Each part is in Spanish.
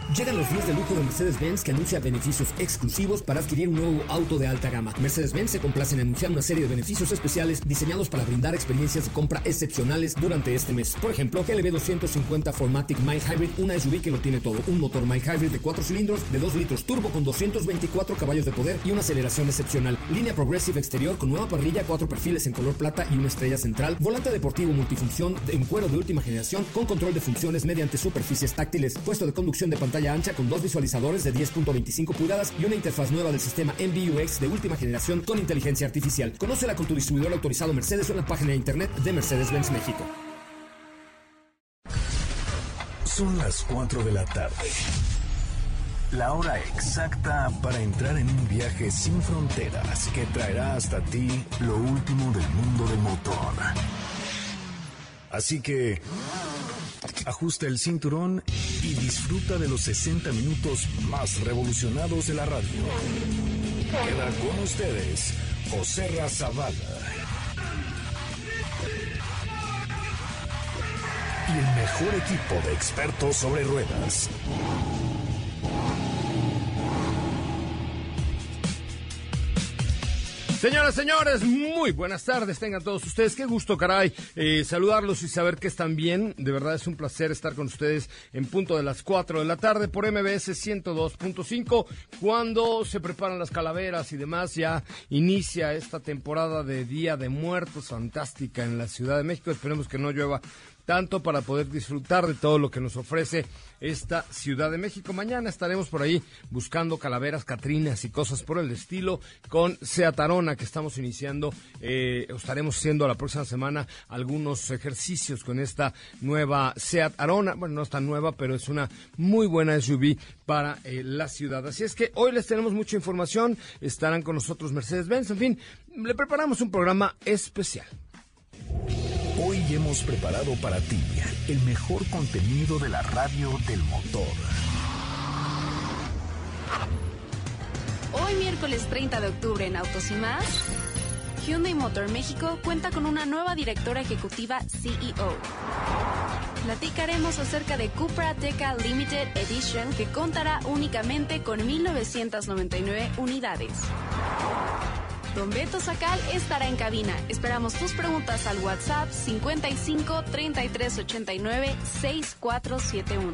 Llegan los días de lujo de Mercedes-Benz, que anuncia beneficios exclusivos para adquirir un nuevo auto de alta gama. Mercedes-Benz se complace en anunciar una serie de beneficios especiales diseñados para brindar experiencias de compra excepcionales durante este mes. Por ejemplo, GLB 250 4MATIC Mild Hybrid, una SUV que lo tiene todo. Un motor Mild Hybrid de 4 cilindros de 2 litros turbo con 224 caballos de poder y una aceleración excepcional. Línea Progressive exterior con nueva parrilla, 4 perfiles en color plata y una estrella central. Volante deportivo multifunción en cuero de última generación con control de funciones mediante superficies táctiles. Puesto de conducción de pantalla ancha con 2 visualizadores de 10.25 pulgadas y una interfaz nueva del sistema MBUX de última generación con inteligencia artificial. Conócela con tu distribuidor autorizado Mercedes o en la página de internet de Mercedes-Benz México. Son las 4 de la tarde. La hora exacta para entrar en un viaje sin fronteras que traerá hasta ti lo último del mundo del motor. Así que ajusta el cinturón y disfruta de los 60 minutos más revolucionados de la radio. Queda con ustedes Joserra Zavala y el mejor equipo de expertos sobre ruedas. Señoras, señores, muy buenas tardes, tengan todos ustedes, qué gusto, caray, saludarlos y saber que están bien. De verdad es un placer estar con ustedes en punto de las 4 de la tarde por MBS 102.5, cuando se preparan las calaveras y demás. Ya inicia esta temporada de Día de Muertos fantástica en la Ciudad de México. Esperemos que no llueva tanto para poder disfrutar de todo lo que nos ofrece esta Ciudad de México. Mañana estaremos por ahí buscando calaveras, catrinas y cosas por el estilo con Seat Arona, que estamos iniciando, estaremos haciendo la próxima semana algunos ejercicios con esta nueva Seat Arona. Bueno, no es tan nueva, pero es una muy buena SUV para la ciudad. Así es que hoy les tenemos mucha información, estarán con nosotros Mercedes-Benz, en fin, le preparamos un programa especial. Hoy hemos preparado para ti el mejor contenido de la radio del motor. Hoy miércoles 30 de octubre en Autos y Más, Hyundai Motor México cuenta con una nueva directora ejecutiva CEO. Platicaremos acerca de Cupra Ateca Limited Edition, que contará únicamente con 1,999 unidades. Don Beto Sacal estará en cabina. Esperamos tus preguntas al WhatsApp 55 33 89 6471.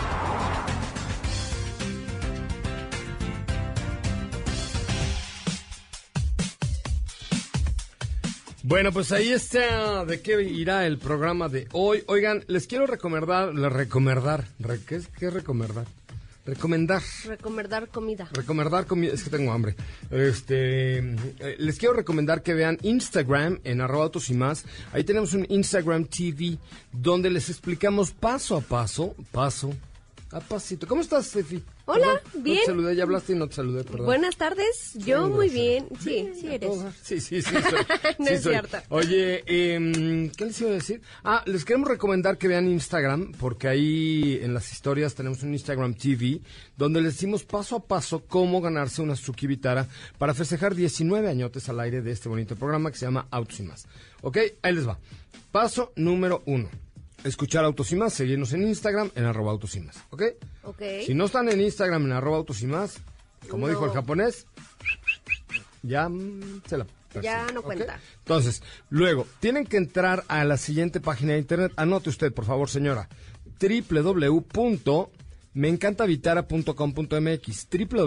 Bueno, pues ahí está de qué irá el programa de hoy. Oigan, les quiero recomendar, ¿qué es recomendar? Recomendar comida. Recomendar comida, es que tengo hambre. Les quiero recomendar que vean Instagram en @autos y más. Ahí tenemos un Instagram TV donde les explicamos paso a pasito. ¿Cómo estás, Steffi? Hola, bien. No te saludé, ya hablaste y no te saludé, perdón. Buenas tardes, yo muy bien. Sí, sí eres. Sí, soy. No sí es soy. cierto. Oye, ¿qué les iba a decir? Les queremos recomendar que vean Instagram, porque ahí en las historias tenemos un Instagram TV, donde les decimos paso a paso cómo ganarse una Suzuki Vitara para festejar 19 añotes al aire de este bonito programa que se llama Autos y Más. ¿Ok? Ahí les va. Paso número 1. Escuchar Autos y Más, seguirnos en Instagram en @autos y más, ¿ok? Ok. Si no están en Instagram en @autos y más, como dijo el japonés, ya se la persiguen, ya no ¿ok? cuenta. Entonces, luego, tienen que entrar a la siguiente página de internet. Anote usted, por favor, señora. www.meencantavitara.com.mx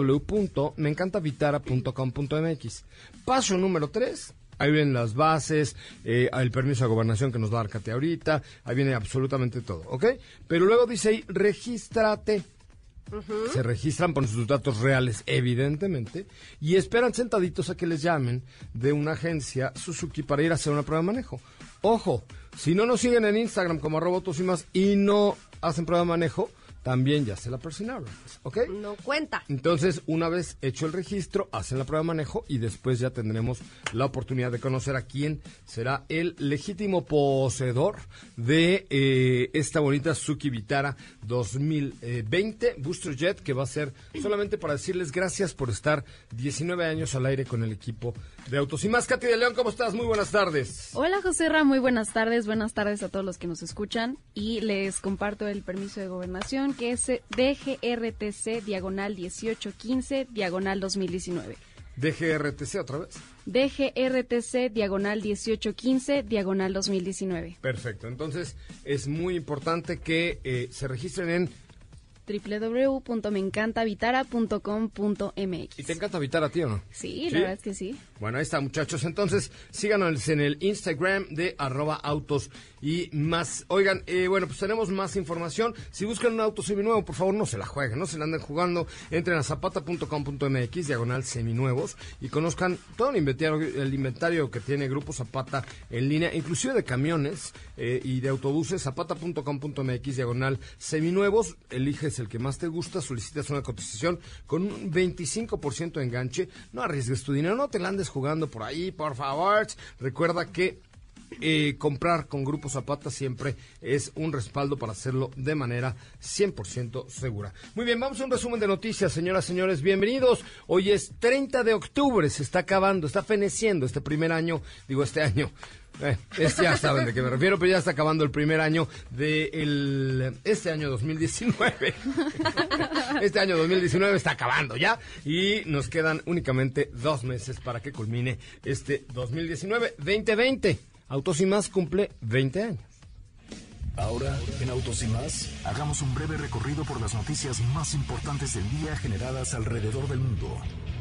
www.meencantavitara.com.mx. Paso número 3. Ahí vienen las bases, el permiso de gobernación que nos va a dar Katy ahorita, ahí viene absolutamente todo, ¿ok? Pero luego dice ahí, regístrate. Se registran, ponen sus datos reales, evidentemente, y esperan sentaditos a que les llamen de una agencia Suzuki para ir a hacer una prueba de manejo. Ojo, si no nos siguen en Instagram como @autos y más y no hacen prueba de manejo, también ya se la persinaron, ¿ok? No cuenta. Entonces, una vez hecho el registro, hacen la prueba de manejo y después ya tendremos la oportunidad de conocer a quién será el legítimo poseedor de esta bonita Suzuki Vitara 2020 Booster Jet, que va a ser solamente para decirles gracias por estar 19 años al aire con el equipo de Autos y Más. Katy de León, ¿cómo estás? Muy buenas tardes. Hola, Joserra, muy buenas tardes a todos los que nos escuchan y les comparto el permiso de gobernación Instagram, que es DGRTC/1815/2019. DGRTC otra vez. DGRTC/1815/2019. Perfecto. Entonces, es muy importante que se registren en www.meencantavitara.com.mx. ¿Y te encanta Vitara a ti o no? Sí, la verdad es que sí. Bueno, ahí está, muchachos. Entonces, síganos en el Instagram de @autos y más. Oigan, bueno, pues tenemos más información. Si buscan un auto seminuevo, por favor, no se la jueguen, no se la anden jugando. Entren a zapata.com.mx/seminuevos y conozcan todo el inventario que tiene Grupo Zapata en línea, inclusive de camiones y de autobuses. Zapata.com.mx/seminuevos. Eliges el que más te gusta, solicitas una cotización con un 25% de enganche. No arriesgues tu dinero, no te la andes jugando por ahí, por favor. Recuerda que comprar con Grupo Zapata siempre es un respaldo para hacerlo de manera 100% segura. Muy bien, vamos a un resumen de noticias, señoras, señores, bienvenidos. Hoy es 30 de octubre, se está acabando, está feneciendo este primer año, este año. Ya saben de qué me refiero, pero ya está acabando el primer año de este año 2019. Este año 2019 está acabando ya y nos quedan únicamente 2 meses para que culmine este 2019. 2020, Autos y Más cumple 20 años. Ahora, en Autos y Más, hagamos un breve recorrido por las noticias más importantes del día generadas alrededor del mundo.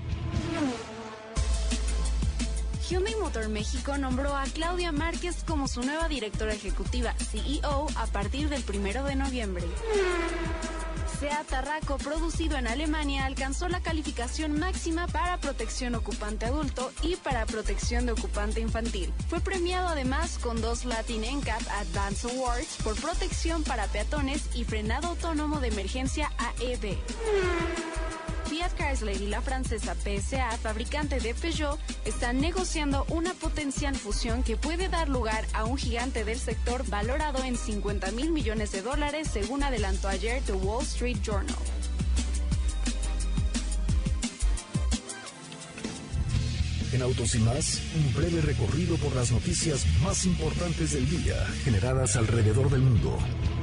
Hyundai Motor México nombró a Claudia Márquez como su nueva directora ejecutiva, CEO, a partir del 1 de noviembre. Seat Tarraco, producido en Alemania, alcanzó la calificación máxima para protección ocupante adulto y para protección de ocupante infantil. Fue premiado además con 2 Latin NCAP Advance Awards por protección para peatones y frenado autónomo de emergencia AEB. Fiat Chrysler y la francesa PSA, fabricante de Peugeot, están negociando una potencial fusión que puede dar lugar a un gigante del sector valorado en $50,000 millones, según adelantó ayer The Wall Street Journal. En Autos y Más, un breve recorrido por las noticias más importantes del día generadas alrededor del mundo.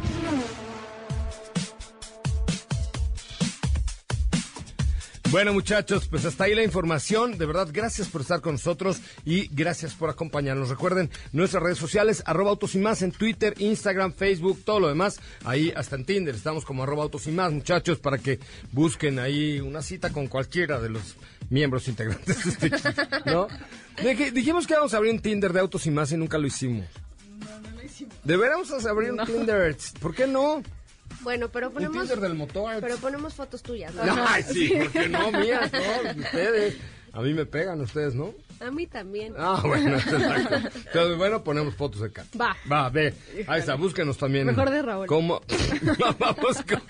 Bueno, muchachos, pues hasta ahí la información. De verdad, gracias por estar con nosotros y gracias por acompañarnos. Recuerden nuestras redes sociales, @autos y más en Twitter, Instagram, Facebook, todo lo demás. Ahí hasta en Tinder estamos como @autos y más, muchachos, para que busquen ahí una cita con cualquiera de los miembros integrantes de este equipo, ¿no? Dijimos que íbamos a abrir un Tinder de Autos y Más y nunca lo hicimos. No lo hicimos. Deberíamos abrir un Tinder. ¿Por qué no? Bueno, pero ponemos... Un Tinder del motor. Pero ponemos fotos tuyas, ¿no? Ay, sí, ¿por qué no? Mías, no, ustedes. A mí me pegan ustedes, ¿no? A mí también. Ah, bueno, exacto. Entonces, bueno, ponemos fotos de Kat. Va, ve. Ahí está, búsquenos también. Mejor de Raúl. ¿Cómo? Vamos con...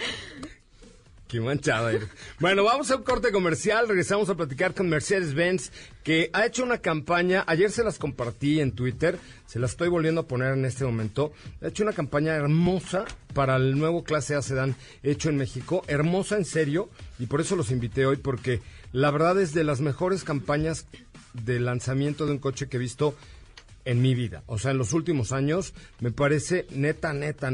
Qué manchada eres. Bueno, vamos a un corte comercial. Regresamos a platicar con Mercedes-Benz, que ha hecho una campaña. Ayer se las compartí en Twitter. Se las estoy volviendo a poner en este momento. Ha hecho una campaña hermosa para el nuevo Clase A Sedán hecho en México. Hermosa, en serio. Y por eso los invité hoy, porque la verdad es de las mejores campañas de lanzamiento de un coche que he visto en mi vida. O sea, en los últimos años, me parece neta,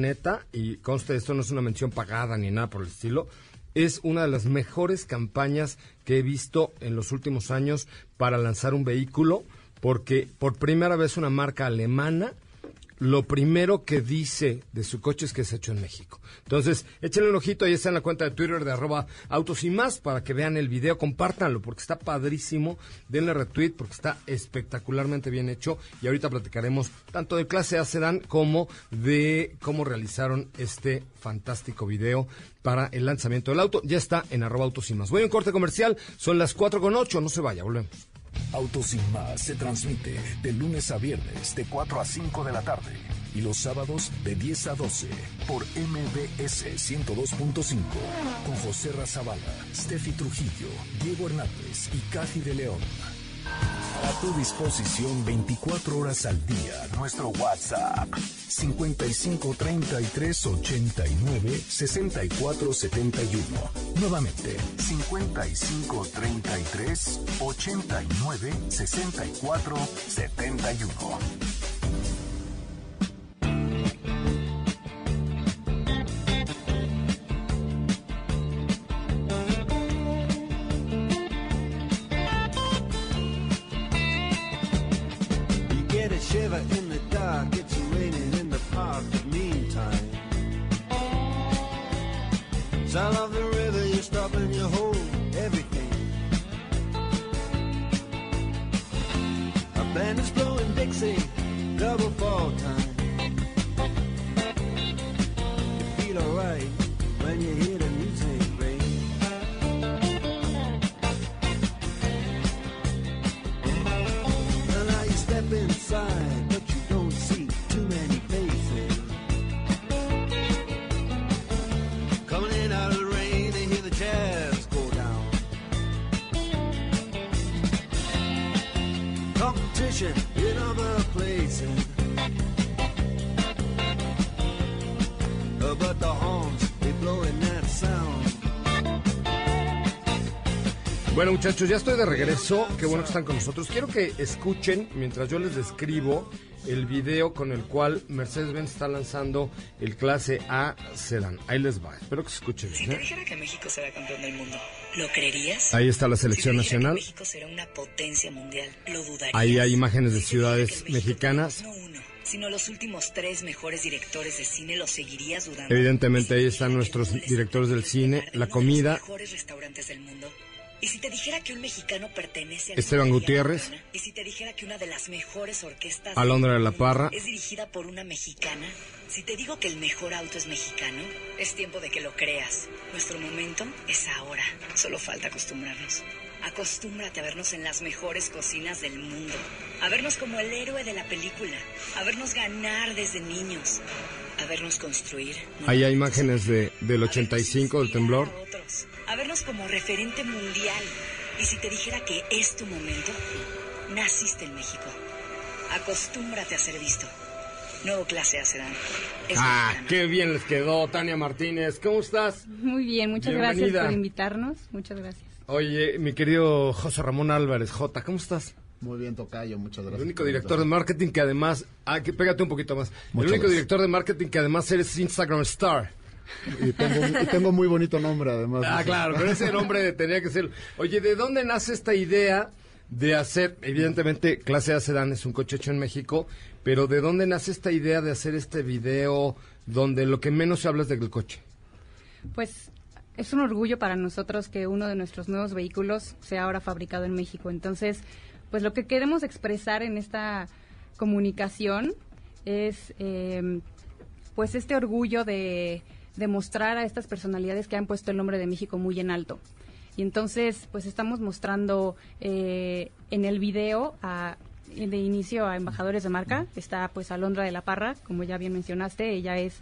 y conste, esto no es una mención pagada ni nada por el estilo. Es una de las mejores campañas que he visto en los últimos años para lanzar un vehículo, porque por primera vez una marca alemana, lo primero que dice de su coche es que es hecho en México. Entonces, échenle un ojito, ahí está en la cuenta de Twitter de @autos y más, para que vean el video, compártanlo, porque está padrísimo, denle retweet, porque está espectacularmente bien hecho, y ahorita platicaremos tanto del Clase A Sedán como de cómo realizaron este fantástico video para el lanzamiento del auto. Ya está en @autos y más. Voy a un corte comercial, son las 4:08, no se vaya, volvemos. Autos y Más se transmite de lunes a viernes de 4 a 5 de la tarde y los sábados de 10 a 12 por MBS 102.5 con José Razabala, Steffi Trujillo, Diego Hernández y Kathy de León. A tu disposición 24 horas al día. Nuestro WhatsApp 55 33 89 64 71. Nuevamente 55 33 89 64 71. never in the dark, it's raining in the park, but meantime, sound of the river, you stop and you hold everything. A band is blowing Dixie, double fall time. You feel alright when you hear the music ring. And now you step inside, but you don't see too many faces. Coming in out of the rain, they hear the jazz go down. Competition in other places, but the horns, they blowing that sound. Bueno, muchachos, ya estoy de regreso. Qué bueno que están con nosotros. Quiero que escuchen, mientras yo les describo, el video con el cual Mercedes-Benz está lanzando el Clase A Sedán. Ahí les va. Espero que se escuche bien. Si te dijera que México será campeón del mundo, ¿lo creerías? Ahí está la selección Si te dijera nacional. que México será una potencia mundial, ¿lo dudarías? Ahí hay imágenes de Si te dijera ciudades que México mexicanas. tiene no uno, sino los últimos 3 mejores directores de cine, ¿lo seguirías dudando? Evidentemente, ahí Si te están dijera nuestros que Google directores del está cine, en la uno comida. de los mejores restaurantes del mundo. Y si te dijera que un mexicano pertenece a Esteban la Gutiérrez. mexicana, y si te dijera que una de las mejores orquestas Alondra del de la mundo Parra. es dirigida por una mexicana, si te digo que el mejor auto es mexicano, es tiempo de que lo creas. Nuestro momento es ahora, solo falta acostumbrarnos. Acostúmbrate a vernos en las mejores cocinas del mundo, a vernos como el héroe de la película, a vernos ganar desde niños, a vernos construir. Ahí hay imágenes del 85, del temblor. A otros, a vernos como referente mundial. Y si te dijera que es tu momento, naciste en México. Acostúmbrate a ser visto. Nuevo Clase A Sedán. Es mexicano. Qué bien les quedó, Tania Martínez. ¿Cómo estás? Muy bien, muchas Bienvenida. gracias por invitarnos. Muchas gracias. Oye, mi querido José Ramón Álvarez, Jota, ¿cómo estás? Muy bien, tocayo, muchas gracias. El único director de marketing que además... pégate un poquito más. Muchas el único gracias. director de marketing que además eres Instagram Star. Y tengo muy bonito nombre, además. Claro, pero ese nombre tenía que ser... Oye, ¿de dónde nace esta idea de hacer... Evidentemente, Clase A Sedán es un coche hecho en México, pero ¿de dónde nace esta idea de hacer este video donde lo que menos se habla es del coche? Pues es un orgullo para nosotros que uno de nuestros nuevos vehículos sea ahora fabricado en México. Entonces, pues lo que queremos expresar en esta comunicación es pues este orgullo de mostrar a estas personalidades que han puesto el nombre de México muy en alto. Y entonces, pues estamos mostrando en el video de inicio a embajadores de marca. Está pues Alondra de la Parra, como ya bien mencionaste. Ella es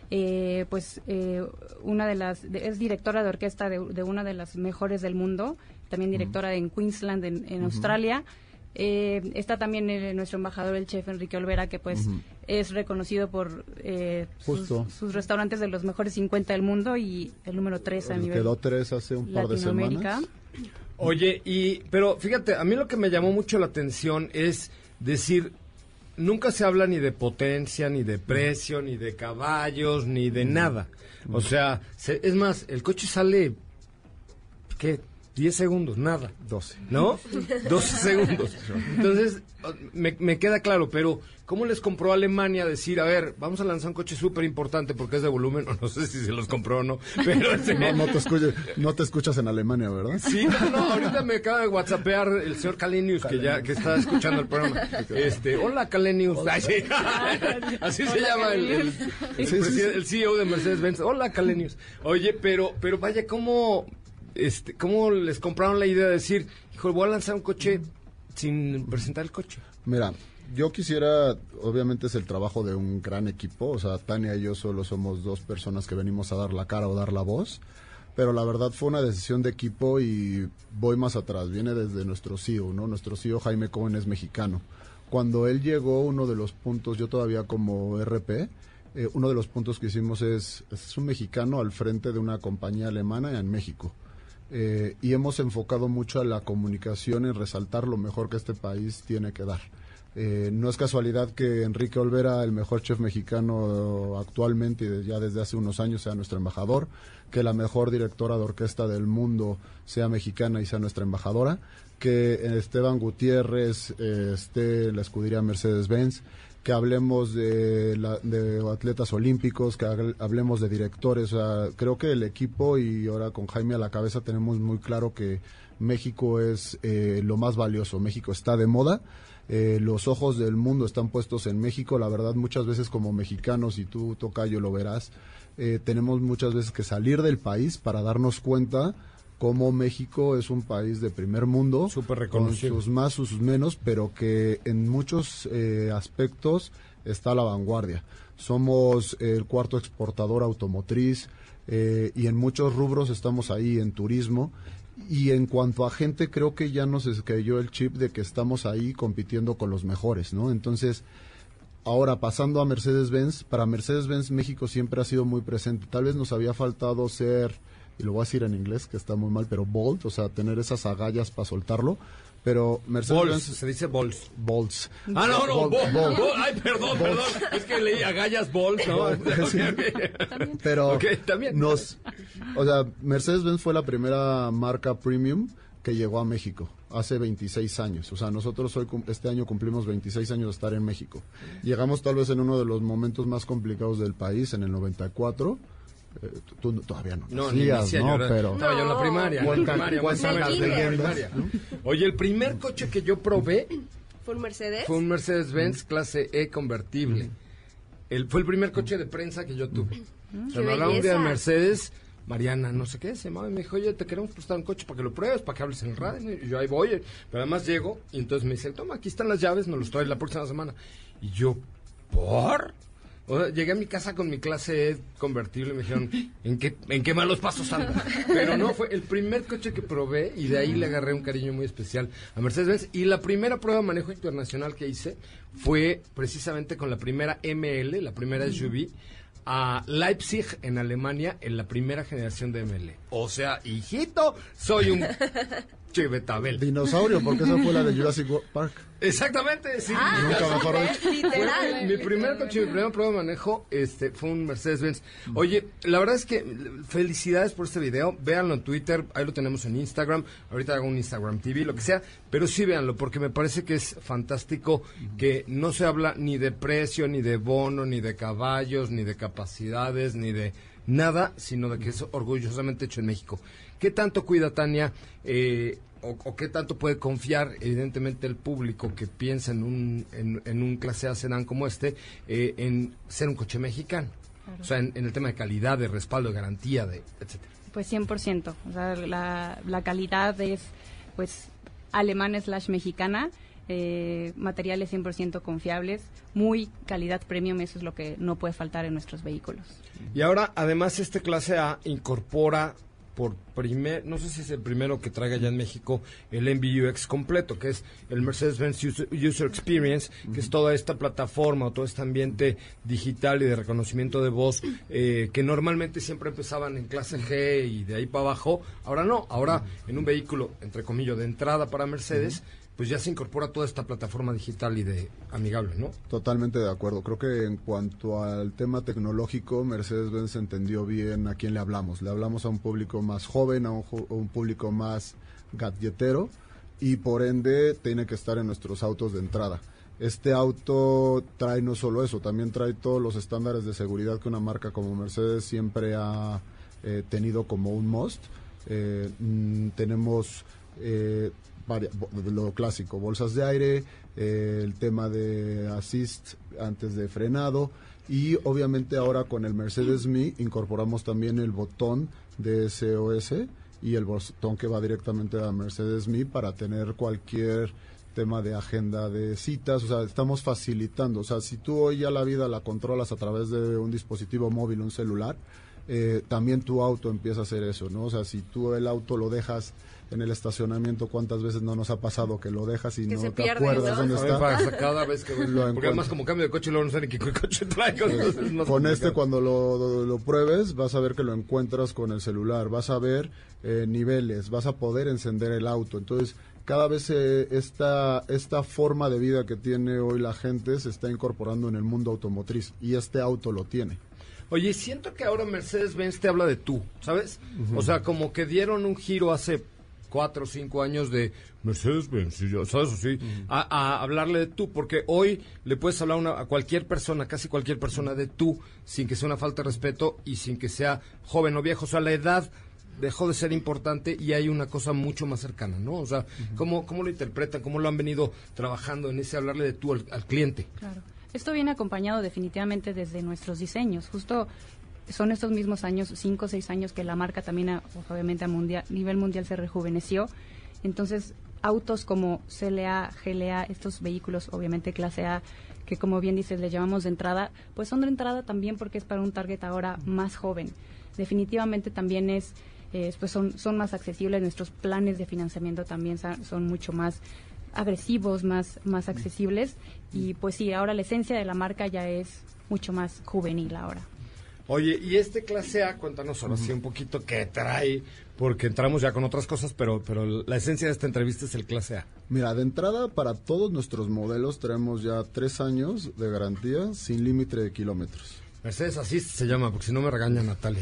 una de las es directora de orquesta de una de las mejores del mundo, también directora en Queensland en Australia. Está también nuestro embajador, el chef Enrique Olvera, que pues es reconocido por sus restaurantes de los mejores 50 del mundo y el número 3 a nivel Quedó 3 hace un par de Latinoamérica. semanas. Oye, pero fíjate, a mí lo que me llamó mucho la atención es decir, nunca se habla ni de potencia, ni de precio, ni de caballos, ni de nada. O sea, es más, el coche sale, ¿qué? 10 segundos, nada. 12. ¿No? 12 segundos. Entonces, me queda claro, pero ¿cómo les compró Alemania decir, a ver, vamos a lanzar un coche súper importante porque es de volumen? O no sé si se los compró o no, pero... No te escuchas en Alemania, ¿verdad? Sí, no, ahorita me acaba de whatsappear el señor Kalenius, que está escuchando el programa. Hola, Kalenius. Ay, sí. Así se llama el CEO de Mercedes-Benz. Hola, Kalenius. Oye, pero vaya, ¿cómo les compraron la idea de decir, hijo, voy a lanzar un coche sin presentar el coche? Mira, yo quisiera, obviamente es el trabajo de un gran equipo, o sea, Tania y yo solo somos 2 personas que venimos a dar la cara o dar la voz, pero la verdad fue una decisión de equipo y voy más atrás, viene desde nuestro CEO, ¿no? Nuestro CEO Jaime Cohen es mexicano. Cuando él llegó, uno de los puntos, yo todavía como RP, uno de los puntos que hicimos es un mexicano al frente de una compañía alemana en México. Y hemos enfocado mucho a la comunicación en resaltar lo mejor que este país tiene que dar. No es casualidad que Enrique Olvera, el mejor chef mexicano actualmente y ya desde hace unos años, sea nuestro embajador, que la mejor directora de orquesta del mundo sea mexicana y sea nuestra embajadora, que Esteban Gutiérrez esté en la escudería Mercedes-Benz, que hablemos de atletas olímpicos, que hablemos de directores. O sea, creo que el equipo, y ahora con Jaime a la cabeza, tenemos muy claro que México es lo más valioso. México está de moda. Los ojos del mundo están puestos en México. La verdad, muchas veces como mexicanos, y tú, Tocayo, lo verás, tenemos muchas veces que salir del país para darnos cuenta cómo México es un país de primer mundo, súper reconocido, con sus más, sus menos, pero que en muchos aspectos está a la vanguardia. Somos el cuarto exportador automotriz y en muchos rubros estamos ahí, en turismo. Y en cuanto a gente, creo que ya nos cayó el chip de que estamos ahí compitiendo con los mejores, ¿no? Entonces, ahora pasando a Mercedes-Benz, para Mercedes-Benz México siempre ha sido muy presente. Tal vez nos había faltado ser, y lo voy a decir en inglés, que está muy mal, pero bold, o sea, tener esas agallas para soltarlo. Pero Mercedes-Benz... Se dice balls. Balls. Ah, no, ay, perdón. Es que leí agallas, balls, ¿no? Sí. Pero también. o sea, Mercedes-Benz fue la primera marca premium que llegó a México hace 26 años. O sea, nosotros este año cumplimos 26 años de estar en México. Llegamos tal vez en uno de los momentos más complicados del país, en el 94. Tú todavía no nacías, ¿no? Pero estaba yo en la primaria. Oye, el primer coche que yo probé ¿fue un Mercedes? Fue un Mercedes-Benz clase E convertible. Fue el primer coche de prensa que yo tuve. Se me hablaba un día de Mercedes, Mariana, no sé qué, se llamaba, y me dijo, oye, te queremos prestar un coche para que lo pruebes, para que hables en el radio. Y yo ahí voy, pero además llego, y entonces me dice, toma, aquí están las llaves, nos los traes la próxima semana. Y yo, ¿por? O sea, llegué a mi casa con mi clase E convertible y me dijeron, ¿en qué malos pasos ando? Pero no, fue el primer coche que probé y de ahí le agarré un cariño muy especial a Mercedes-Benz. Y la primera prueba de manejo internacional que hice fue precisamente con la primera ML, la primera SUV, a Leipzig, en Alemania, en la primera generación de ML. O sea, hijito, soy un Chevetabel. Dinosaurio, porque esa fue la de Jurassic Park. Exactamente, sí. Nunca mejor dicho. Literal. Mi primer coche, mi primera prueba de manejo fue un Mercedes-Benz. Oye, la verdad es que felicidades por este video. Véanlo en Twitter, ahí lo tenemos en Instagram. Ahorita hago un Instagram TV, lo que sea. Pero sí véanlo, porque me parece que es fantástico que no se habla ni de precio, ni de bono, ni de caballos, ni de capacidades, ni de nada, sino de que es orgullosamente hecho en México. ¿Qué tanto cuida, Tania, o qué tanto puede confiar, evidentemente, el público que piensa en un clase A sedán como en ser un coche mexicano? Claro. O sea, en el tema de calidad, de respaldo, de garantía, etcétera. Pues 100%. O sea, la calidad es, pues, alemana/mexicana, materiales 100% confiables, muy calidad premium, eso es lo que no puede faltar en nuestros vehículos. Y ahora, además, clase A incorpora no sé si es el primero que traiga ya en México el MBUX completo, que es el Mercedes-Benz User Experience, que es toda esta plataforma o todo este ambiente digital y de reconocimiento de voz que normalmente siempre empezaban en clase G y de ahí para abajo. Ahora no, ahora en un vehículo, entre comillas, de entrada para Mercedes, pues ya se incorpora toda esta plataforma digital y de amigable, ¿no? Totalmente de acuerdo. Creo que en cuanto al tema tecnológico, Mercedes-Benz entendió bien a quién le hablamos. Le hablamos a un público más joven, a un público más gadgetero, y por ende tiene que estar en nuestros autos de entrada. Este auto trae no solo eso, también trae todos los estándares de seguridad que una marca como Mercedes siempre ha tenido como un must. Tenemos lo clásico, bolsas de aire, el tema de assist antes de frenado, y obviamente ahora con el Mercedes Me incorporamos también el botón de SOS y el botón que va directamente a Mercedes Me para tener cualquier tema de agenda de citas. O sea, estamos facilitando. O sea, si tú hoy ya la vida la controlas a través de un dispositivo móvil, un celular, también tu auto empieza a hacer eso, ¿no? O sea, si tú el auto lo dejas en el estacionamiento, ¿cuántas veces no nos ha pasado que lo dejas y que no te pierde, acuerdas dónde está? Cada vez que porque además como cambio de coche luego no sé ni qué coche traigo. Con cuando lo pruebes, vas a ver que lo encuentras con el celular, vas a ver niveles, vas a poder encender el auto. Entonces, cada vez esta forma de vida que tiene hoy la gente se está incorporando en el mundo automotriz y este auto lo tiene. Oye, siento que ahora Mercedes-Benz te habla de tú, ¿sabes? O sea, como que dieron un giro hace 4 o 5 años de Mercedes-Benz, ¿sabes? Sí, a hablarle de tú, porque hoy le puedes hablar a cualquier persona, casi cualquier persona de tú, sin que sea una falta de respeto y sin que sea joven o viejo. O sea, la edad dejó de ser importante y hay una cosa mucho más cercana, ¿no? O sea, ¿cómo lo interpretan? ¿Cómo lo han venido trabajando en ese hablarle de tú al cliente? Claro. Esto viene acompañado definitivamente desde nuestros diseños. Justo son estos mismos años, 5 o 6 años, que la marca también, obviamente, a nivel mundial se rejuveneció. Entonces, autos como CLA, GLA, estos vehículos, obviamente, clase A, que como bien dices, le llamamos de entrada, pues son de entrada también porque es para un target ahora más joven. Definitivamente también pues son más accesibles, nuestros planes de financiamiento también son mucho más agresivos, más accesibles, y pues sí, ahora la esencia de la marca ya es mucho más juvenil ahora. Oye, y este clase A, cuéntanos ahora sí un poquito qué trae, porque entramos ya con otras cosas, pero la esencia de esta entrevista es el clase A. Mira, de entrada, para todos nuestros modelos traemos ya 3 años de garantía sin límite de kilómetros. Mercedes así se llama, porque si no me regaña Natalia.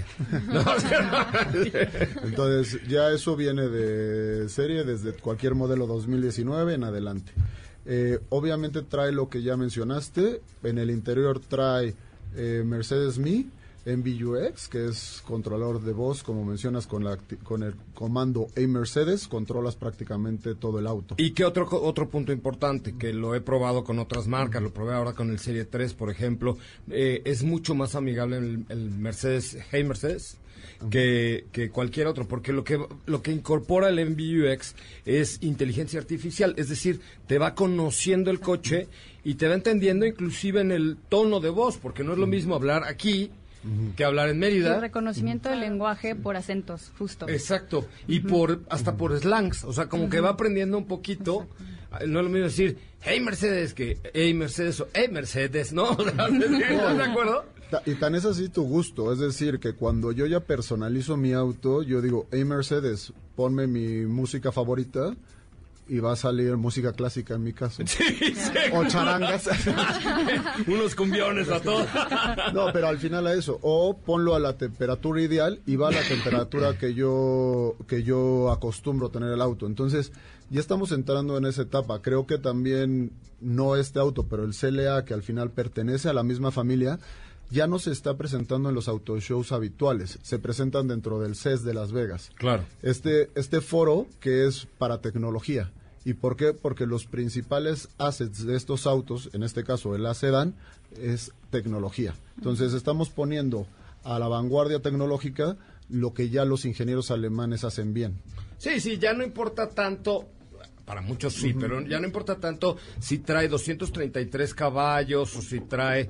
Entonces, ya eso viene de serie desde cualquier modelo 2019 en adelante. Obviamente trae lo que ya mencionaste. En el interior trae Mercedes Me, MBUX, que es controlador de voz, como mencionas, con el comando A Mercedes, controlas prácticamente todo el auto. Y que otro punto importante, que lo he probado con otras marcas, lo probé ahora con el Serie 3, por ejemplo, es mucho más amigable el Mercedes, Hey Mercedes, que cualquier otro, porque lo que incorpora el MBUX es inteligencia artificial, es decir, te va conociendo el coche y te va entendiendo inclusive en el tono de voz, porque no es lo mismo hablar aquí que hablar en Mérida. El reconocimiento del lenguaje por acentos, justo. Exacto, y hasta por slangs, o sea, como que va aprendiendo un poquito. Exacto. No es lo mismo decir, hey Mercedes, que hey Mercedes o hey Mercedes, ¿no? ¿Estás de acuerdo? Y tan es así tu gusto, es decir, que cuando yo ya personalizo mi auto, yo digo, hey Mercedes, ponme mi música favorita, y va a salir música clásica en mi caso. Sí, sí. O charangas. Unos cumbiones a todos. No, pero al final a eso. O ponlo a la temperatura ideal y va a la temperatura que yo acostumbro tener el auto. Entonces, ya estamos entrando en esa etapa. Creo que también, no este auto, pero el CLA, que al final pertenece a la misma familia, ya no se está presentando en los autoshows habituales, se presentan dentro del CES de Las Vegas. Claro. Este foro que es para tecnología. ¿Y por qué? Porque los principales assets de estos autos, en este caso el A-Sedan, es tecnología. Entonces estamos poniendo a la vanguardia tecnológica lo que ya los ingenieros alemanes hacen bien. Sí, ya no importa tanto. Para muchos sí, pero ya no importa tanto si trae 233 caballos o si trae,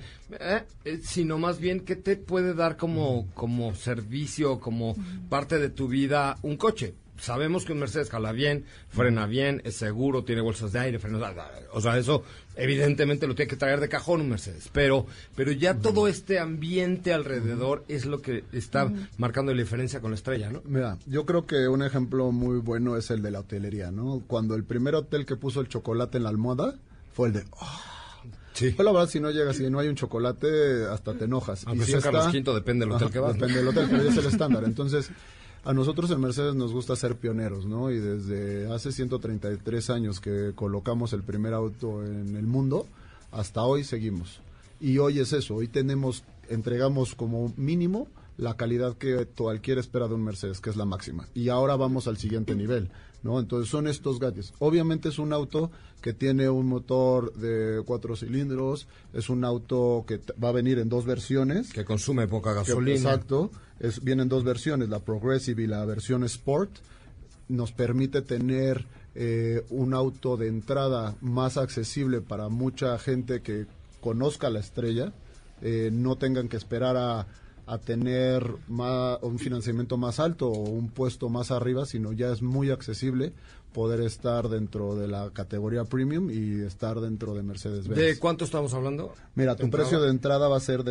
sino más bien qué te puede dar como servicio, como parte de tu vida un coche. Sabemos que un Mercedes jala bien, frena bien, es seguro, tiene bolsas de aire, frenos, o sea, eso evidentemente lo tiene que traer de cajón un Mercedes, pero ya todo este ambiente alrededor es lo que está marcando la diferencia con la estrella, ¿no? Mira, yo creo que un ejemplo muy bueno es el de la hotelería, ¿no? Cuando el primer hotel que puso el chocolate en la almohada fue el de... Sí. Pues la verdad, si no llegas y no hay un chocolate, hasta te enojas. Aunque y sea si Carlos V, depende del hotel que vas. Depende del hotel, pero ya es el estándar. Entonces, a nosotros en Mercedes nos gusta ser pioneros, ¿no? Y desde hace 133 años que colocamos el primer auto en el mundo, hasta hoy seguimos. Y hoy es eso, hoy entregamos como mínimo la calidad que cualquier espera de un Mercedes, que es la máxima. Y ahora vamos al siguiente nivel, ¿no? Entonces son estos gadgets. Obviamente es un auto que tiene un motor de 4 cilindros, es un auto que va a venir en 2 versiones. Que consume poca gasolina. Exacto, vienen 2 versiones, la Progressive y la versión Sport. Nos permite tener un auto de entrada más accesible para mucha gente que conozca la estrella, no tengan que esperar a tener un financiamiento más alto o un puesto más arriba, sino ya es muy accesible poder estar dentro de la categoría premium y estar dentro de Mercedes-Benz. ¿De cuánto estamos hablando? Mira, tu precio de entrada va a ser de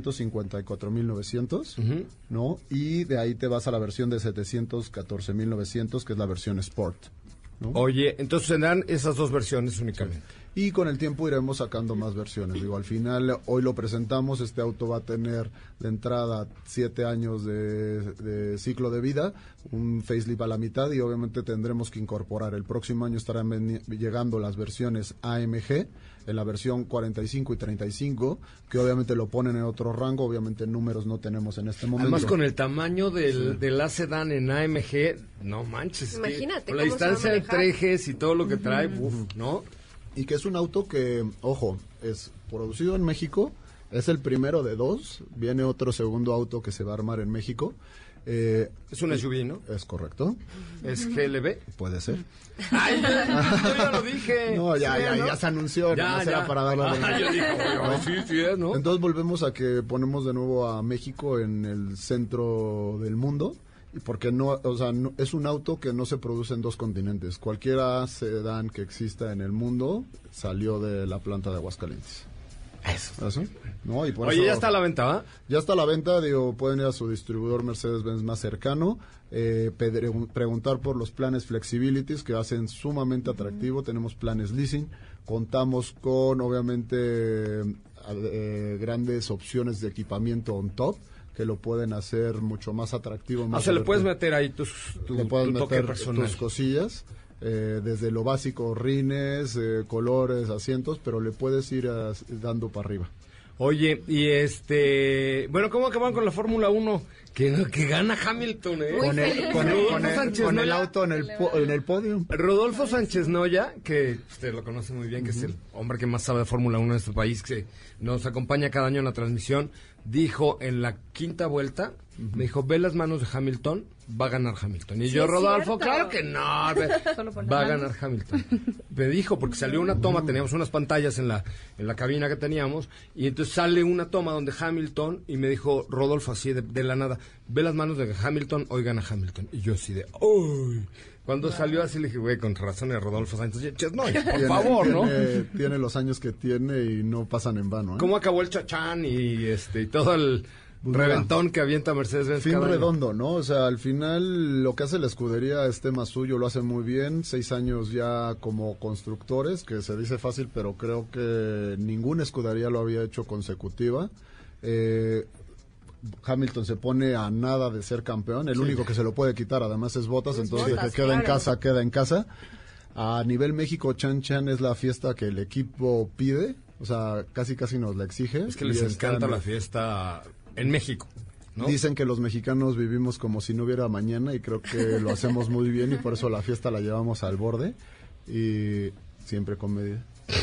654,900, ¿no? Y de ahí te vas a la versión de 714,900, que es la versión Sport. ¿no? Oye, entonces serán esas dos versiones únicamente. Y con el tiempo iremos sacando más versiones. Digo, al final, hoy lo presentamos, este auto va a tener de entrada 7 años de ciclo de vida, un facelift a la mitad y obviamente tendremos que incorporar. El próximo año estarán llegando las versiones AMG, en la versión 45 y 35, que obviamente lo ponen en otro rango, obviamente números no tenemos en este momento. Además, con el tamaño del A-Sedan en AMG, no manches. Imagínate con la cómo se va a distancia entre manejar. ejes y todo lo que trae, ¿no? Y que es un auto que, ojo, es producido en México, es el primero de 2, viene otro segundo auto que se va a armar en México. Es un SUV, ¿no? Es correcto. ¿Es GLB? Puede ser. ¡Ay, yo ya lo dije! No, ya se anunció, Ya, no será ya. para dar la Yo dije, oye, sí, es, ¿no? Entonces volvemos a que ponemos de nuevo a México en el centro del mundo. Y porque no, o sea, no, es un auto que no se produce en 2 continentes. Cualquiera sedán que exista en el mundo salió de la planta de Aguascalientes. Eso. ¿No? Y por Oye, eso, ya está a la venta, ¿va? ya está a la venta, digo, pueden ir a su distribuidor Mercedes-Benz más cercano, preguntar por los planes flexibilities que hacen sumamente atractivo. Tenemos planes leasing, contamos con, obviamente, grandes opciones de equipamiento on top, que lo pueden hacer mucho más atractivo. Más O sea, le puedes divertido. meter ahí Le puedes tu toque meter personal. tus cosillas, desde lo básico, rines, colores, asientos, pero le puedes ir dando para arriba. Oye, y bueno, ¿cómo acaban con la Fórmula 1? Que gana Hamilton, ¿eh? Muy Con feliz. el el auto en el podio. Rodolfo Sánchez Noya, que usted lo conoce muy bien, que es el hombre que más sabe de Fórmula 1 en este país, que nos acompaña cada año en la transmisión, dijo en la 5ª vuelta, me dijo, ve las manos de Hamilton, va a ganar Hamilton. Y Sí, yo, es Rodolfo, cierto. claro que no, Solo por va a las ganar Hamilton. Me dijo, porque salió una toma, teníamos unas pantallas en la cabina que teníamos, y entonces sale una toma donde Hamilton, y me dijo, Rodolfo, así de la nada, ve las manos de Hamilton, hoy gana Hamilton. Y yo así de, ¡uy! Cuando salió así le dije, güey, con razón de Rodolfo Sánchez, no, por favor, ¿no? Tiene los años que tiene y no pasan en vano, ¿eh? ¿Cómo acabó el chachán y todo el reventón que avienta Mercedes-Benz Fin cada año? redondo, ¿no? O sea, al final lo que hace la escudería es tema suyo, lo hace muy bien. 6 años ya como constructores, que se dice fácil, pero creo que ninguna escudería lo había hecho consecutiva. Hamilton se pone a nada de ser campeón, el único que se lo puede quitar además es Bottas, entonces Bottas, que queda en claro. casa, queda en casa. A nivel México, Chan Chan es la fiesta que el equipo pide, o sea, casi nos la exige. Es que les Y encanta están- la fiesta en México, ¿no? Dicen que los mexicanos vivimos como si no hubiera mañana y creo que lo hacemos muy bien y por eso la fiesta la llevamos al borde y siempre con medida.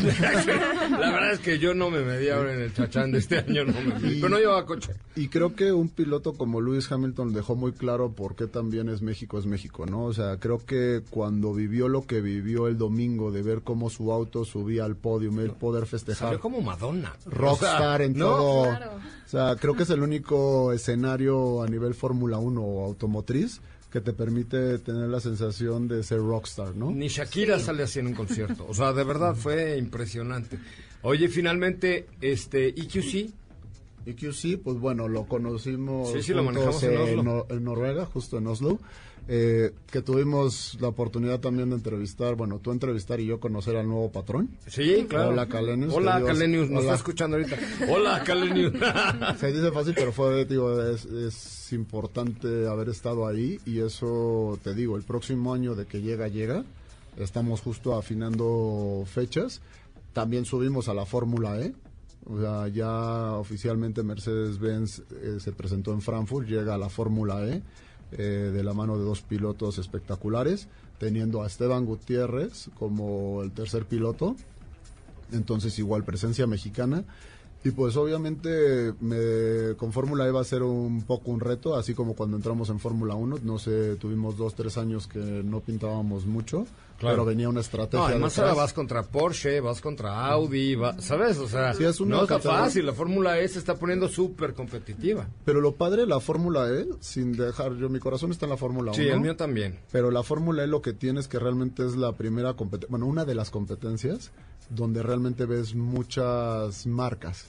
La verdad es que yo no me medí ahora en el chachán de este año, no me medí, pero no llevaba coche. Y creo que un piloto como Lewis Hamilton dejó muy claro por qué también es México, ¿no? O sea, creo que cuando vivió lo que vivió el domingo, de ver cómo su auto subía al podio, el poder festejar. Salió como Madonna. Rockstar en ¿no? todo. Claro. O sea, creo que es el único escenario a nivel Fórmula 1 o automotriz que te permite tener la sensación de ser rockstar, ¿no? Ni Shakira sale así en un concierto. O sea, de verdad fue impresionante. Oye, finalmente, EQC, EQC, pues bueno, lo conocimos Sí, lo juntos manejamos en Oslo. en Noruega, justo en Oslo, que tuvimos la oportunidad también de entrevistar, bueno, tú entrevistar y yo conocer al nuevo patrón. sí, claro. Hola, Kalenius. Hola, Queridos- Kalenius, nos hola. está escuchando ahorita. Hola, Kalenius. Se dice fácil, pero fue, digo, es importante haber estado ahí y eso, te digo, el próximo año de que llega. Estamos justo afinando fechas. También subimos a la Fórmula E. O sea, ya oficialmente Mercedes-Benz se presentó en Frankfurt, llega a la Fórmula E de la mano de 2 pilotos espectaculares, teniendo a Esteban Gutiérrez como el tercer piloto. Entonces igual presencia mexicana. Y pues obviamente con Fórmula E va a ser un poco un reto, así como cuando entramos en Fórmula 1, no sé, tuvimos 2-3 años que no pintábamos mucho, Claro. pero venía una estrategia No, además detrás. ahora vas contra Porsche, vas contra Audi, ¿sabes? O sea, Sí, es una no está categoría. fácil. La Fórmula E se está poniendo súper competitiva. Pero lo padre de la Fórmula E, sin dejar, mi corazón está en la Fórmula 1. Sí, el mío también. Pero la Fórmula E lo que tiene es que realmente es la primera competencia, bueno, una de las competencias donde realmente ves muchas marcas.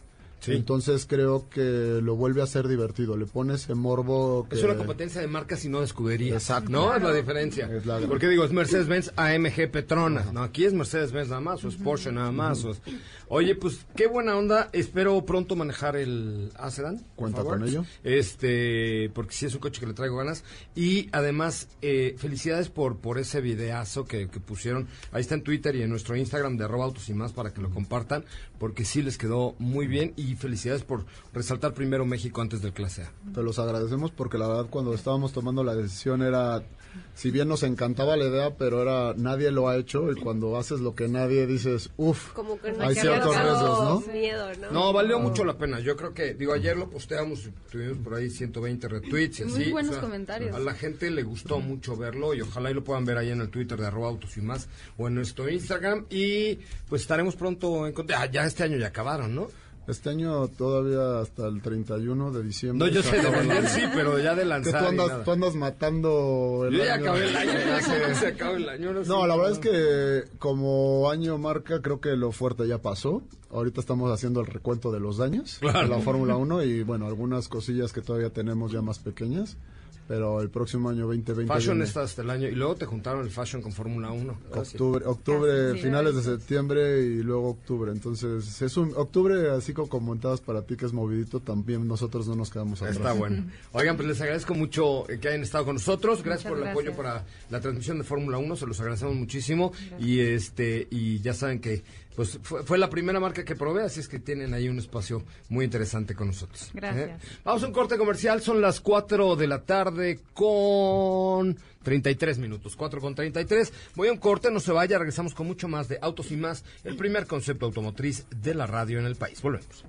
Sí. Entonces creo que lo vuelve a ser divertido, le pone ese morbo que... Es una competencia de marcas y no de escuderías. Exacto. ¿No? Es la diferencia. Es la- Porque digo, es Mercedes-Benz AMG Petronas, ¿no? Aquí es Mercedes-Benz nada más, o es Porsche nada más. Oye, pues qué buena onda. Espero pronto manejar el A-Sedan. por Cuenta favor. con ello. Porque sí es un coche que le traigo ganas. Y además, felicidades por ese videazo que pusieron. Ahí está en Twitter y en nuestro Instagram de @autos y más para que lo compartan, porque sí les quedó muy bien. Y felicidades por resaltar primero México antes del Clase A. Te los agradecemos porque la verdad cuando estábamos tomando la decisión era, si bien nos encantaba la idea, pero era nadie lo ha hecho y cuando haces lo que nadie dices, uff, Como que no hay ciertos riesgos, ¿no? miedo, ¿no? No, valió mucho la pena. Yo creo que, ayer lo posteamos, tuvimos por ahí 120 retweets y así. Muy buenos comentarios. A la gente le gustó mucho verlo y ojalá y lo puedan ver ahí en el Twitter de @autos y más o en nuestro Instagram y pues estaremos pronto en contacto. Ya este año ya acabaron, ¿no? Este año todavía hasta el 31 de diciembre. No, yo se sé de acaba el vender, año. sí, pero ya de Que lanzar. tú andas matando el Yo ya año. acabé el año, ya que se acabe el año. No, la verdad es que como año marca creo que lo fuerte ya pasó. Ahorita estamos haciendo el recuento de los daños de la Fórmula 1 y bueno, algunas cosillas que todavía tenemos ya más pequeñas. Pero el próximo año 2020 Fashion viene está hasta el año y luego te juntaron el Fashion con Fórmula 1. octubre, Sí, finales de sí. septiembre y luego octubre. Entonces es un octubre así como comentadas para ti que es movidito, también nosotros no nos quedamos atrás. Está bueno. Oigan, pues les agradezco mucho que hayan estado con nosotros. Gracias por el Muchas apoyo gracias. para la transmisión de Fórmula 1. Se los agradecemos muchísimo. Y ya saben que pues fue la primera marca que probé, así es que tienen ahí un espacio muy interesante con nosotros. Gracias. Vamos a un corte comercial. Son las 4 de la tarde con 33 minutos. 4 con 33. Voy a un corte, no se vaya. Regresamos con mucho más de Autos y Más, el primer concepto automotriz de la radio en el país. Volvemos.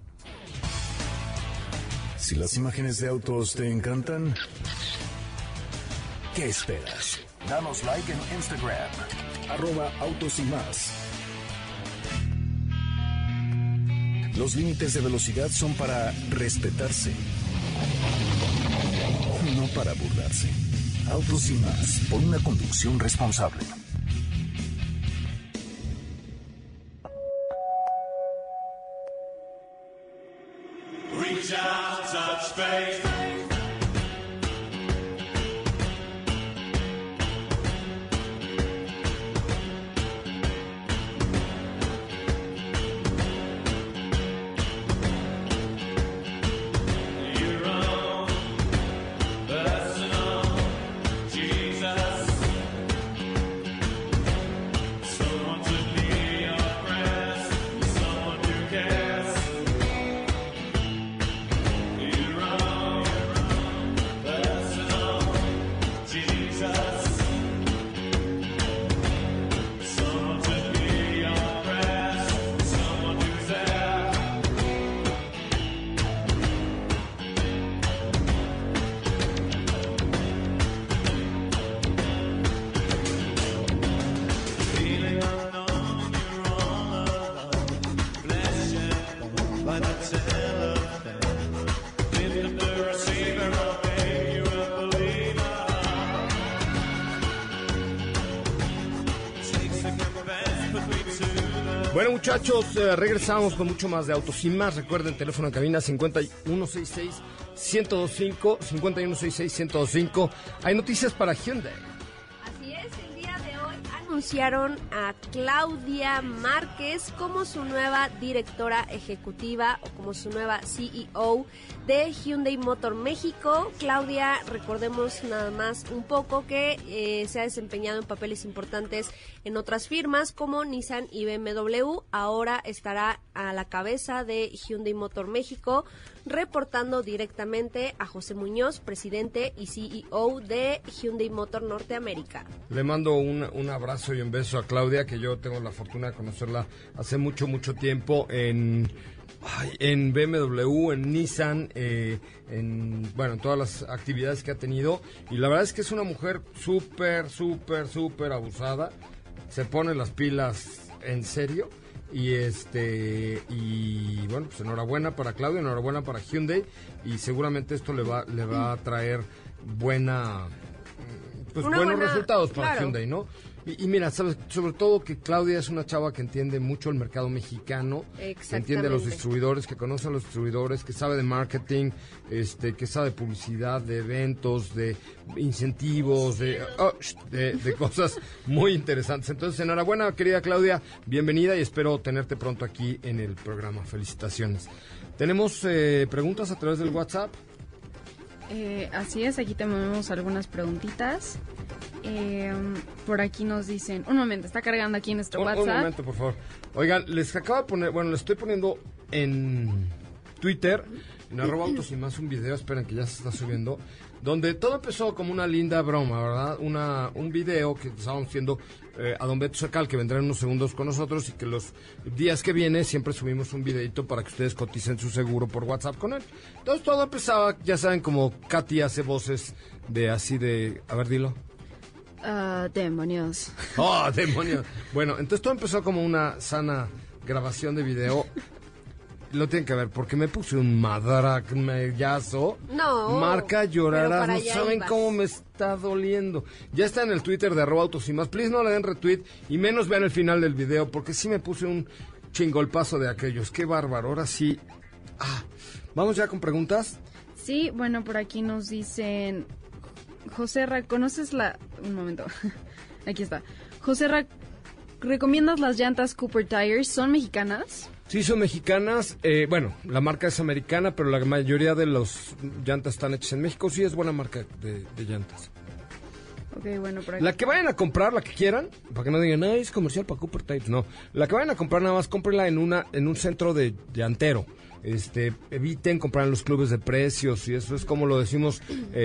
Si las imágenes de autos te encantan, ¿qué esperas? Danos like en Instagram, @autos y más. Los límites de velocidad son para respetarse, no para burlarse. Autos y más, por una conducción responsable. Reach out, touch space. Your own personal Jesus. Someone to be your friend, someone who cares. Your own personal Jesus. Someone to be your friend, someone who's there. Feeling unknown, you're all alone. Bless you by the telephone. Lift up the receiver, I'll make you a believer. Take second best, put me to the Bueno, muchachos, regresamos con mucho más de Autos y Más. Recuerden, teléfono en cabina 5166-1025, 5166-1025. Hay noticias para Hyundai. Así es, el día de hoy anunciaron a Claudia Márquez como su nueva directora ejecutiva o como su nueva CEO de Hyundai Motor México. Claudia, recordemos nada más un poco que se ha desempeñado en papeles importantes en otras firmas como Nissan y BMW. Ahora estará a la cabeza de Hyundai Motor México, reportando directamente a José Muñoz, presidente y CEO de Hyundai Motor Norteamérica. Le mando un abrazo y un beso a Claudia, que yo tengo la fortuna de conocerla hace mucho, mucho tiempo en BMW, en Nissan, en todas las actividades que ha tenido. Y la verdad es que es una mujer súper, súper, súper abusada. Se pone las pilas en serio. Y bueno, pues enhorabuena para Claudia, enhorabuena para Hyundai. Y seguramente esto le va a traer buena pues Una buenos buena- resultados para claro. Hyundai, ¿no? Y mira, sabes, sobre todo que Claudia es una chava que entiende mucho el mercado mexicano, que entiende a los Exactamente. distribuidores, que conoce a los distribuidores, que sabe de marketing, que sabe de publicidad, de eventos, de incentivos, de cosas muy interesantes. Entonces, enhorabuena, querida Claudia, bienvenida y espero tenerte pronto aquí en el programa. Felicitaciones. Tenemos preguntas a través del WhatsApp. Así es, aquí tenemos algunas preguntitas. Por aquí nos dicen, un momento, está cargando aquí nuestro Un WhatsApp. momento, por favor. Oigan, les acabo de poner, bueno, les estoy poniendo en Twitter, en @autos y más, un video, esperen que ya se está subiendo, donde todo empezó como una linda broma, ¿verdad? Un video que estábamos haciendo a don Beto Sacal, que vendrá en unos segundos con nosotros, y que los días que viene siempre subimos un videito para que ustedes coticen su seguro por WhatsApp con él. Entonces todo empezaba, ya saben, como Katy hace voces de así de, a ver, dilo. Demonios. ¡Oh, demonios! Bueno, entonces todo empezó como una sana grabación de video. Lo tienen que ver, porque me puse un madracazo. No, Marca pero llorarás, para no allá saben ibas. cómo me está doliendo. Ya está en el Twitter de @autos y más. Please no le den retweet y menos vean el final del video, porque sí me puse un chingolpazo de aquellos. ¡Qué bárbaro! Ahora sí. Vamos ya con preguntas. Sí, bueno, por aquí nos dicen, José Ra, ¿conoces la...? Un momento, aquí está. José Ra, ¿recomiendas las llantas Cooper Tires? ¿Son mexicanas? Sí, son mexicanas. Bueno, la marca es americana, pero la mayoría de los llantas están hechas en México. Sí, es buena marca de llantas. Ok, bueno, por aquí. La que vayan a comprar, la que quieran, para que no digan, es comercial para Cooper Tires. No, la que vayan a comprar nada más, cómprenla en un centro de llantero. Eviten comprar en los clubes de precios, y eso es como lo decimos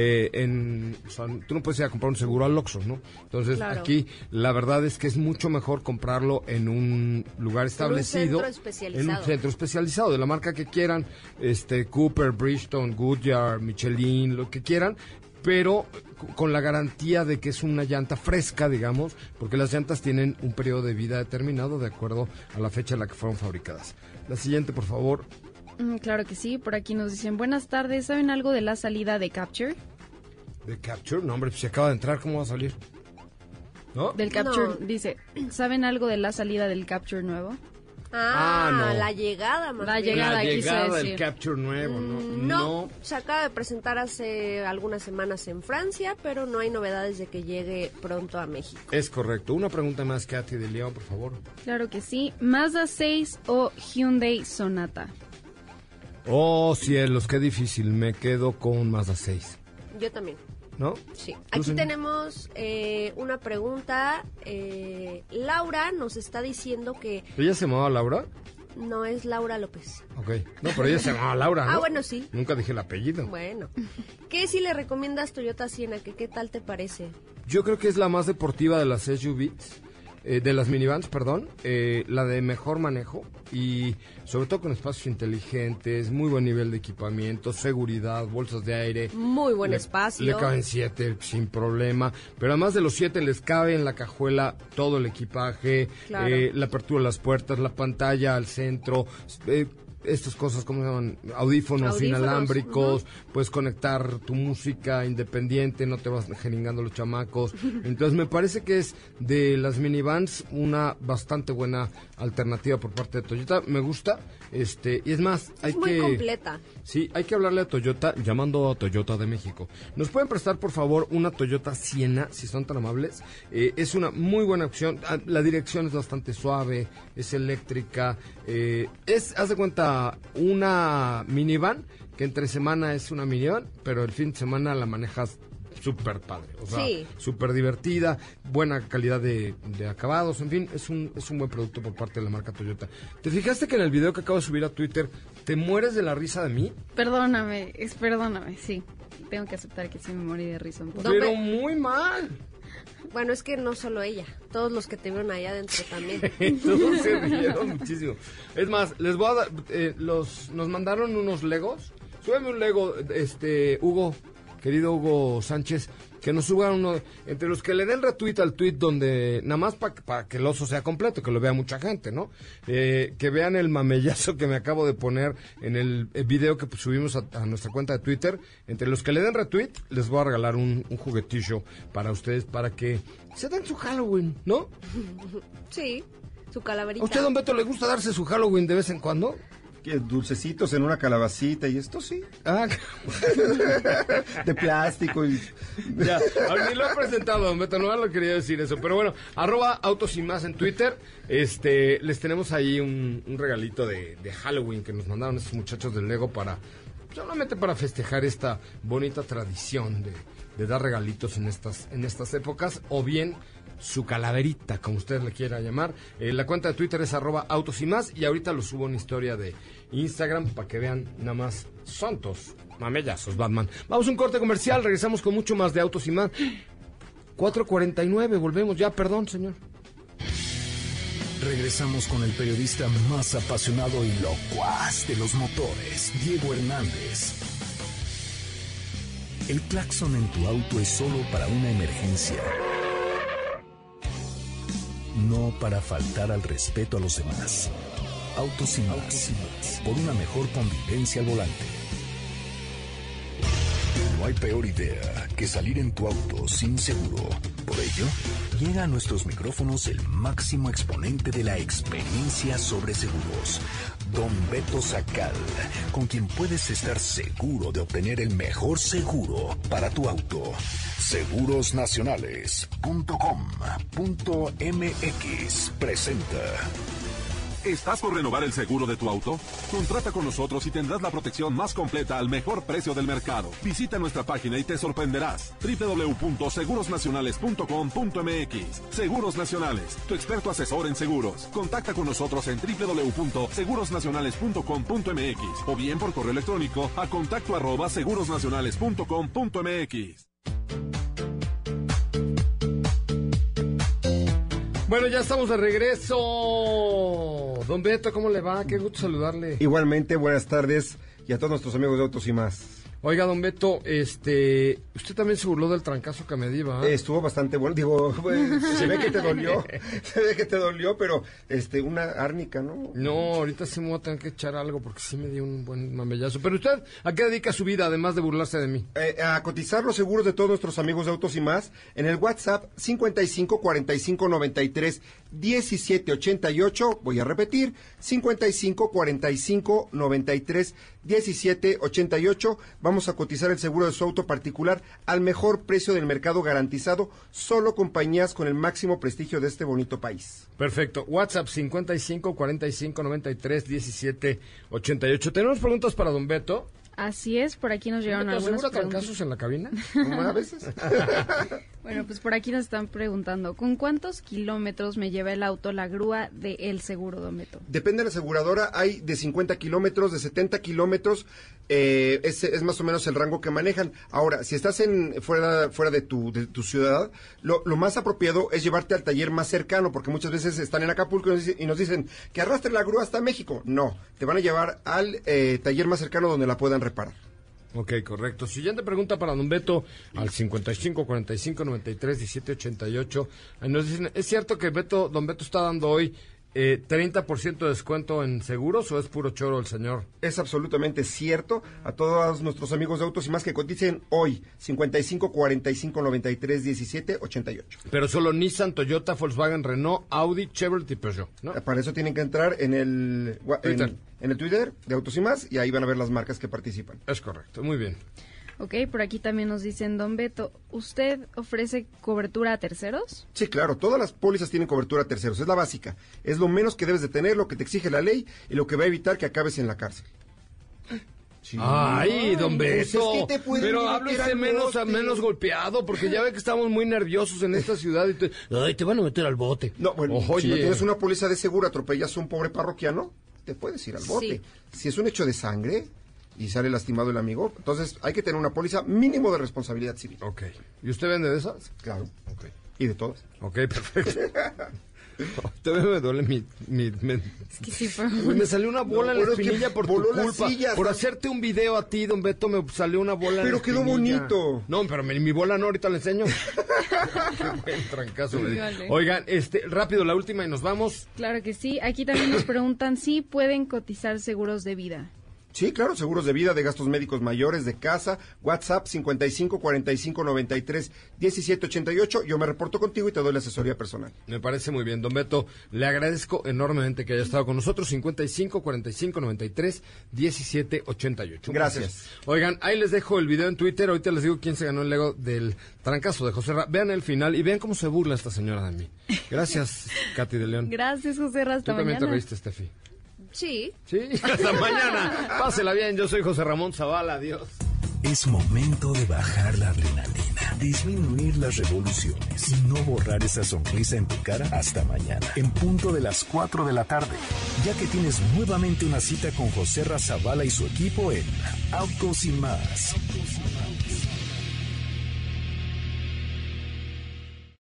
o sea, tú no puedes ir a comprar un seguro al Oxxo, ¿no? Entonces, Claro. aquí la verdad es que es mucho mejor comprarlo en un lugar establecido. centro especializado. En un centro especializado, de la marca que quieran, Cooper, Bridgestone, Goodyear, Michelin, lo que quieran, pero con la garantía de que es una llanta fresca, digamos, porque las llantas tienen un periodo de vida determinado de acuerdo a la fecha en la que fueron fabricadas. La siguiente, por favor. Claro que sí, por aquí nos dicen, buenas tardes, ¿saben algo de la salida de Capture? ¿De Capture? No, hombre, pues si acaba de entrar, ¿cómo va a salir? ¿No? Del Capture, No. dice, ¿saben algo de la salida del Capture nuevo? no. La llegada, más La bien. llegada, La quise llegada del decir. Capture nuevo, ¿no? No, se acaba de presentar hace algunas semanas en Francia, pero no hay novedades de que llegue pronto a México. Es correcto. Una pregunta más, Katy de León, por favor. Claro que sí, Mazda 6 o Hyundai Sonata. Oh, cielos, qué difícil. Me quedo con Mazda 6, Yo también. ¿no? Sí. ¿Tú, Aquí señor? tenemos una pregunta. Laura nos está diciendo que ¿Ella se llamaba Laura? no es Laura López. Ok. No, pero ella se llamaba Laura, ¿no? Ah, bueno, sí. Nunca dije el apellido. Bueno. ¿Qué si le recomiendas Toyota Siena? ¿Qué tal te parece? Yo creo que es la más deportiva de las SUVs, de las minivans, perdón, la de mejor manejo y sobre todo con espacios inteligentes, muy buen nivel de equipamiento, seguridad, bolsas de aire. Muy buen Le- espacio. Le caben 7 sin problema, pero además de los 7 les cabe en la cajuela todo el equipaje, Claro. la apertura de las puertas, la pantalla al centro, estas cosas, ¿cómo se llaman? Audífonos inalámbricos, puedes conectar tu música independiente, no te vas jeringando los chamacos. Entonces me parece que es de las minivans una bastante buena alternativa por parte de Toyota. Me gusta, y es más, hay Es muy que... completa. Sí, hay que hablarle a Toyota, llamando a Toyota de México. ¿Nos pueden prestar, por favor, una Toyota Siena, si son tan amables? Es una muy buena opción. La dirección es bastante suave, es eléctrica. Haz de cuenta, una minivan, que entre semana es una minivan, pero el fin de semana la manejas súper padre. O sea, Sí. súper divertida, buena calidad de acabados, en fin, es un buen producto por parte de la marca Toyota. ¿Te fijaste que en el video que acabo de subir a Twitter, te mueres de la risa de mí? Perdóname, sí. Tengo que aceptar que sí me morí de risa un poco. No, Pero me- muy mal. Bueno, es que no solo ella, todos los que te vieron allá adentro también. Todos se rieron muchísimo. Es más, les voy a dar, nos mandaron unos Legos. Súbeme un Lego, Hugo, querido Hugo Sánchez, que nos suba uno, entre los que le den retweet al tweet donde, nada más para que el oso sea completo, que lo vea mucha gente, ¿no? Que vean el mamellazo que me acabo de poner en el video que subimos a nuestra cuenta de Twitter. Entre los que le den retweet, les voy a regalar un juguetillo para ustedes, para que se den su Halloween, ¿no? Sí, su calaverita. ¿A usted, don Beto, le gusta darse su Halloween de vez en cuando? ¿Qué, dulcecitos en una calabacita y esto sí? Ah, de plástico y... ya, ni lo he presentado, don Beto, no lo quería decir eso, pero bueno, @autos y más en Twitter, les tenemos ahí un regalito de Halloween que nos mandaron estos muchachos del Lego solamente para festejar esta bonita tradición de dar regalitos en estas épocas, o bien su calaverita, como usted le quiera llamar. La cuenta de Twitter es @autos y más, y ahorita lo subo en historia de Instagram para que vean nada más santos mamellazos, Batman. Vamos a un corte comercial, regresamos con mucho más de Autos y más. 4:49, volvemos ya, perdón, señor. Regresamos con el periodista más apasionado y locuaz de los motores, Diego Hernández. El claxon en tu auto es solo para una emergencia, no para faltar al respeto a los demás. Autos y más, por una mejor convivencia al volante. No hay peor idea que salir en tu auto sin seguro. Por ello, llega a nuestros micrófonos el máximo exponente de la experiencia sobre seguros, Don Beto Sacal, con quien puedes estar seguro de obtener el mejor seguro para tu auto. Segurosnacionales.com.mx presenta. ¿Estás por renovar el seguro de tu auto? Contrata con nosotros y tendrás la protección más completa al mejor precio del mercado. Visita nuestra página y te sorprenderás. www.segurosnacionales.com.mx. Seguros Nacionales, tu experto asesor en seguros. Contacta con nosotros en www.segurosnacionales.com.mx o bien por correo electrónico a contacto@segurosnacionales.com.mx. Bueno, ya estamos de regreso. Don Beto, ¿cómo le va? Qué gusto saludarle. Igualmente, buenas tardes y a todos nuestros amigos de Autos y Más. Oiga, don Beto, usted también se burló del trancazo que me di, ¿va? Estuvo bastante bueno, digo, pues, se ve que te dolió, pero una árnica, ¿no? No, ahorita sí me voy a tener que echar algo porque sí me dio un buen mamellazo. Pero usted, ¿a qué dedica su vida, además de burlarse de mí? A cotizar los seguros de todos nuestros amigos de Autos y Más en el WhatsApp 55 45 93 17 88, voy a repetir, 55 45 93 17 88. Vamos a cotizar el seguro de su auto particular al mejor precio del mercado garantizado, solo compañías con el máximo prestigio de este bonito país. Perfecto. WhatsApp 55 45 93 17 88. ¿Tenemos preguntas para don Beto? Así es, por aquí nos llegaron algunas ¿Segura preguntas. trancazos en la cabina? ¿Cómo a veces? Bueno, pues por aquí nos están preguntando, ¿con cuántos kilómetros me lleva el auto la grúa del seguro, don Beto? Depende de la aseguradora, hay de 50 kilómetros, de 70 kilómetros, es más o menos el rango que manejan. Ahora, si estás fuera de tu ciudad, lo más apropiado es llevarte al taller más cercano, porque muchas veces están en Acapulco y nos dicen que arrastre la grúa hasta México. No, te van a llevar al taller más cercano donde la puedan reparar. Ok, correcto. Siguiente pregunta para don Beto al 55 45 93 17 88. Nos dicen, ¿es cierto que don Beto está dando hoy 30% de descuento en seguros o es puro choro el señor? Es absolutamente cierto. A todos nuestros amigos de Autos y Más que coticen hoy 55 45 93 17 88. Pero solo Nissan, Toyota, Volkswagen, Renault, Audi, Chevrolet y Peugeot, ¿no? Para eso tienen que entrar en el Twitter de Autos y Más y ahí van a ver las marcas que participan. Es correcto, muy bien. Ok, por aquí también nos dicen, don Beto, ¿usted ofrece cobertura a terceros? Sí, claro, todas las pólizas tienen cobertura a terceros, es la básica. Es lo menos que debes de tener, lo que te exige la ley y lo que va a evitar que acabes en la cárcel. Sí. Ay, don Beto, pues es que pero háblese menos golpeado, porque ya ve que estamos muy nerviosos en esta ciudad y te van a meter al bote. No, bueno, oye, si no tienes una póliza de seguro, atropellas a un pobre parroquiano, te puedes ir al bote. Sí. Si es un hecho de sangre y sale lastimado el amigo, entonces hay que tener una póliza mínimo de responsabilidad civil. Ok. ¿Y usted vende de esas? Claro. Ok. Y de todas. Ok, perfecto. Todavía me duele Es que sí fue... Uy, me salió una bola en la pero es que espinilla por tu voló las culpa. sillas. Por hacerte un video a ti, don Beto, me salió una bola en la Pero quedó espinilla. bonito. No, pero mi bola no, ahorita la enseño. Qué buen trancazo. le di. Vale. Oigan, rápido, la última y nos vamos. Claro que sí. Aquí también nos preguntan si pueden cotizar seguros de vida. Sí, claro, seguros de vida, de gastos médicos mayores, de casa, WhatsApp 55 45 93 17 88. Yo me reporto contigo y te doy la asesoría personal. Me parece muy bien, don Beto. Le agradezco enormemente que haya estado con nosotros. 55 45 93 17 88. Gracias. Oigan, ahí les dejo el video en Twitter. Ahorita les digo quién se ganó el Lego del trancazo de José Ra. Vean el final y vean cómo se burla esta señora de mí. Gracias, Katy de León. Gracias, José Ra. Hasta Tú también mañana. te reíste, Steffi. Sí. Sí, hasta mañana. Pásela bien, yo soy José Ramón Zavala, adiós. Es momento de bajar la adrenalina, disminuir las revoluciones y no borrar esa sonrisa en tu cara hasta mañana, en punto de las 4 de la tarde, ya que tienes nuevamente una cita con José Zavala y su equipo en Autos y Más.